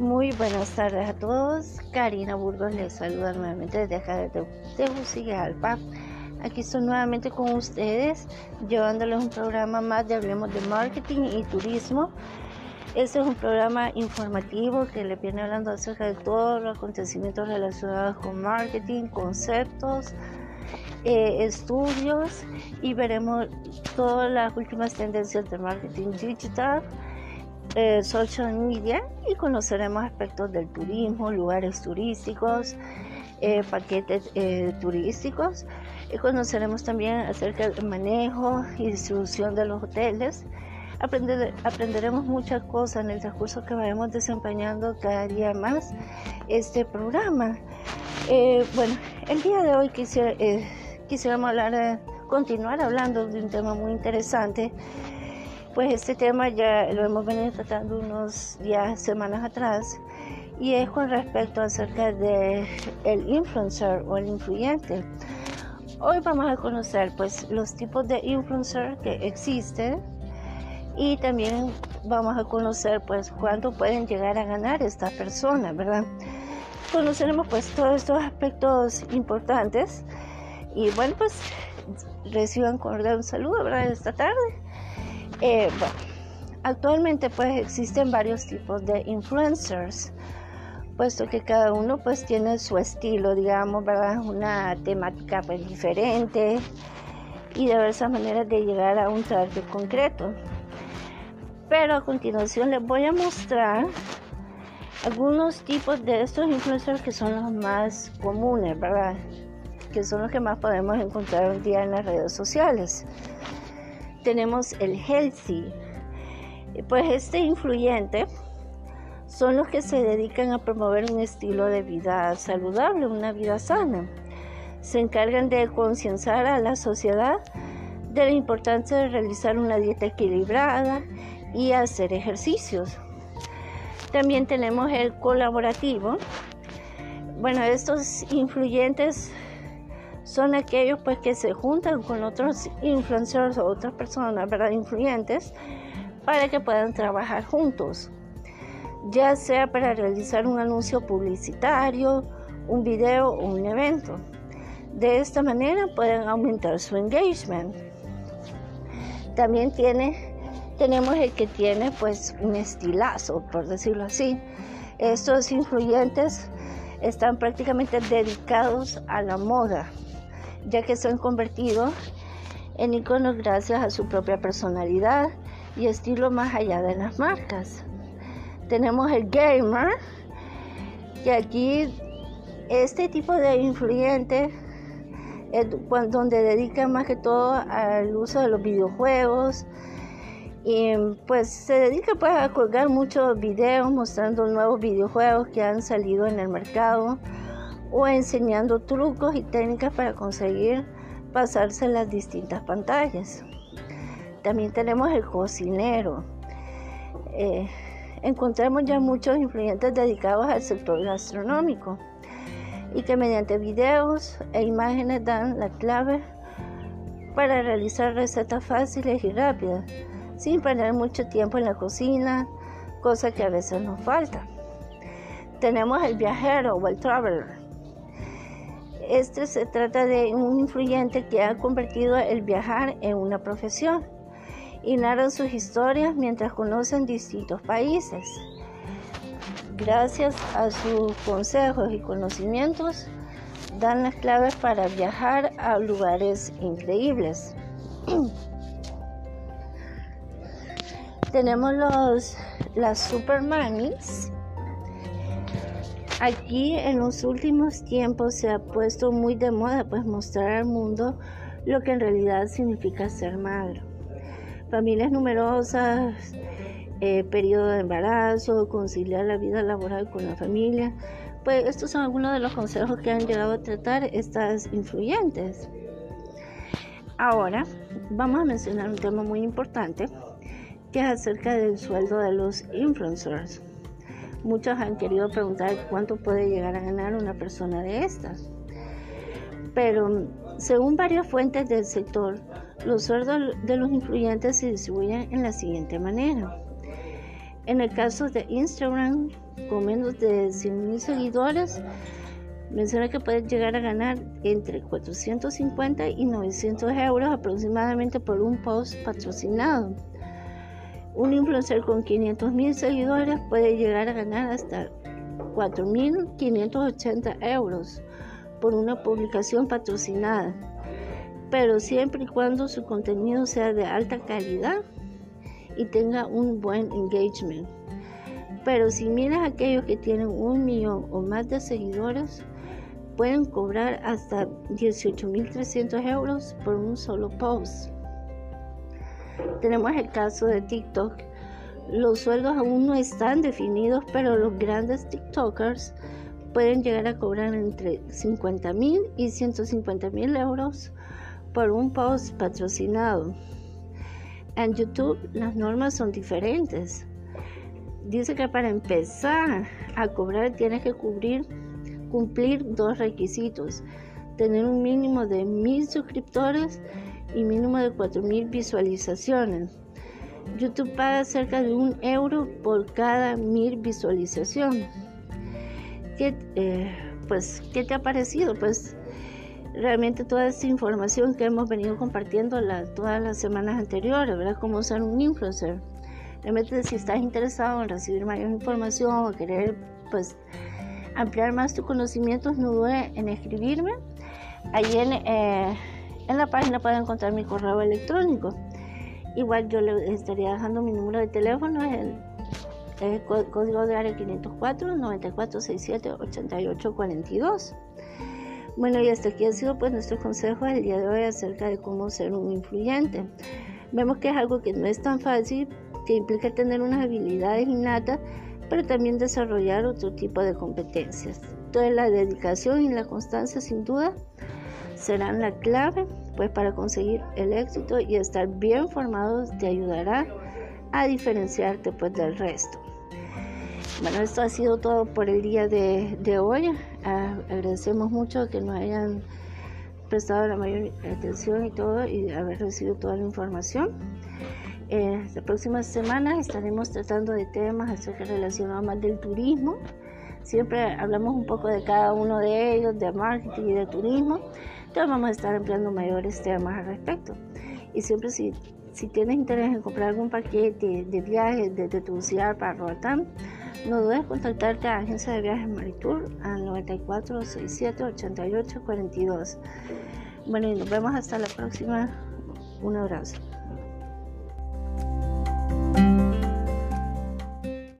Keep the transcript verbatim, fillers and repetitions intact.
Muy buenas tardes a todos. Karina Burgos les saluda nuevamente desde acá de Tegucigalpa. Aquí estoy nuevamente con ustedes, llevándoles un programa más de Hablemos de Marketing y Turismo. Este es un programa informativo que les viene hablando acerca de todos los acontecimientos relacionados con marketing, conceptos, eh, estudios, y veremos todas las últimas tendencias de marketing digital, eh, social media, y conoceremos aspectos del turismo, lugares turísticos, eh, paquetes eh, turísticos, y conoceremos también acerca del manejo y distribución de los hoteles. Aprender, aprenderemos muchas cosas en el transcurso que vayamos desempeñando cada día más este programa. Eh, bueno, el día de hoy quisiera, eh, quisiéramos hablar, eh, continuar hablando de un tema muy interesante. Pues este tema ya lo hemos venido tratando unos días, semanas atrás, y es con respecto acerca de el influencer o el influyente. Hoy vamos a conocer pues los tipos de influencer que existen, y también vamos a conocer pues cuánto pueden llegar a ganar estas personas, ¿verdad? Conoceremos pues todos estos aspectos importantes, y bueno, pues reciban cordial un saludo, ¿verdad?, esta tarde. Eh, bueno, actualmente pues existen varios tipos de influencers, puesto que cada uno pues tiene su estilo, digamos, ¿verdad?, una temática pues diferente y diversas maneras de llegar a un target concreto. Pero a continuación les voy a mostrar algunos tipos de estos influencers que son los más comunes, ¿verdad?, que son los que más podemos encontrar hoy día en las redes sociales. Tenemos el healthy. Pues este influyente son los que se dedican a promover un estilo de vida saludable, una vida sana. Se encargan de concienciar a la sociedad de la importancia de realizar una dieta equilibrada y hacer ejercicios. También tenemos el colaborativo. Bueno, estos influyentes son aquellos pues que se juntan con otros influencers o otras personas, ¿verdad?, influyentes, para que puedan trabajar juntos, ya sea para realizar un anuncio publicitario, un video o un evento. De esta manera pueden aumentar su engagement. También tiene Tenemos el que tiene pues un estilazo, por decirlo así. Estos influyentes están prácticamente dedicados a la moda, ya que se han convertido en iconos gracias a su propia personalidad y estilo más allá de las marcas. Tenemos el gamer, que aquí este tipo de influyente es donde dedican más que todo al uso de los videojuegos, y pues se dedica pues a colgar muchos videos mostrando nuevos videojuegos que han salido en el mercado, o enseñando trucos y técnicas para conseguir pasarse las distintas pantallas. También tenemos el cocinero. Eh, encontramos ya muchos influyentes dedicados al sector gastronómico, y que mediante videos e imágenes dan la clave para realizar recetas fáciles y rápidas, sin perder mucho tiempo en la cocina, cosa que a veces nos falta. Tenemos el viajero o el traveler. Este se trata de un influyente que ha convertido el viajar en una profesión, y narran sus historias mientras conocen distintos países. Gracias a sus consejos y conocimientos, dan las claves para viajar a lugares increíbles. Tenemos los, las super mamis. Aquí en los últimos tiempos se ha puesto muy de moda pues mostrar al mundo lo que en realidad significa ser madre. Familias numerosas, eh, periodo de embarazo, conciliar la vida laboral con la familia. Pues estos son algunos de los consejos que han llegado a tratar estas influyentes. Ahora vamos a mencionar un tema muy importante, que es acerca del sueldo de los influencers. Muchos han querido preguntar cuánto puede llegar a ganar una persona de estas. Pero según varias fuentes del sector, los sueldos de los influyentes se distribuyen en la siguiente manera. En el caso de Instagram, con menos de cien mil seguidores, menciona que puedes llegar a ganar entre cuatrocientos cincuenta y novecientos euros aproximadamente por un post patrocinado. Un influencer con quinientos mil seguidores puede llegar a ganar hasta cuatro mil quinientos ochenta euros por una publicación patrocinada, pero siempre y cuando su contenido sea de alta calidad y tenga un buen engagement. Pero si miras aquellos que tienen un millón o más de seguidores, pueden cobrar hasta dieciocho mil trescientos euros por un solo post. Tenemos el caso de TikTok. Los sueldos aún no están definidos, pero los grandes TikTokers pueden llegar a cobrar entre cincuenta mil y ciento cincuenta mil euros por un post patrocinado. En YouTube las normas son diferentes. Dice que para empezar a cobrar tienes que cubrir, cumplir dos requisitos: tener un mínimo de mil suscriptores y mínimo de cuatro mil visualizaciones. YouTube paga cerca de un euro por cada mil visualización. ¿Qué, eh, pues, ¿qué te ha parecido? Pues realmente toda esta información que hemos venido compartiendo la, todas las semanas anteriores, ¿verdad? Cómo usar un influencer. Realmente, si estás interesado en recibir mayor información o querer pues ampliar más tus conocimientos, no dudes en escribirme. Ahí en, eh, en la página pueden encontrar mi correo electrónico. Igual yo le estaría dejando mi número de teléfono, es el, el código de área quinientos cuatro, noventa y cuatro sesenta y siete, ochenta y ocho cuarenta y dos. Bueno, y hasta aquí ha sido pues nuestro consejo del día de hoy acerca de cómo ser un influyente. Vemos que es algo que no es tan fácil, que implica tener unas habilidades innatas, pero también desarrollar otro tipo de competencias. Entonces la dedicación y la constancia sin duda serán la clave pues para conseguir el éxito, y estar bien formado te ayudará a diferenciarte pues del resto. Bueno, esto ha sido todo por el día de, de hoy. Ah, agradecemos mucho que nos hayan prestado la mayor atención y todo, y haber recibido toda la información. Eh, la próxima semana estaremos tratando de temas acerca relacionados más del turismo. Siempre hablamos un poco de cada uno de ellos, de marketing y de turismo. Entonces vamos a estar ampliando mayores temas al respecto. Y siempre si, si tienes interés en comprar algún paquete de viajes desde tu ciudad para Roatán, no dudes en contactarte a la agencia de viajes Maritour al noventa y cuatro sesenta y siete, ochenta y ocho cuarenta y dos. Bueno, y nos vemos hasta la próxima. Un abrazo.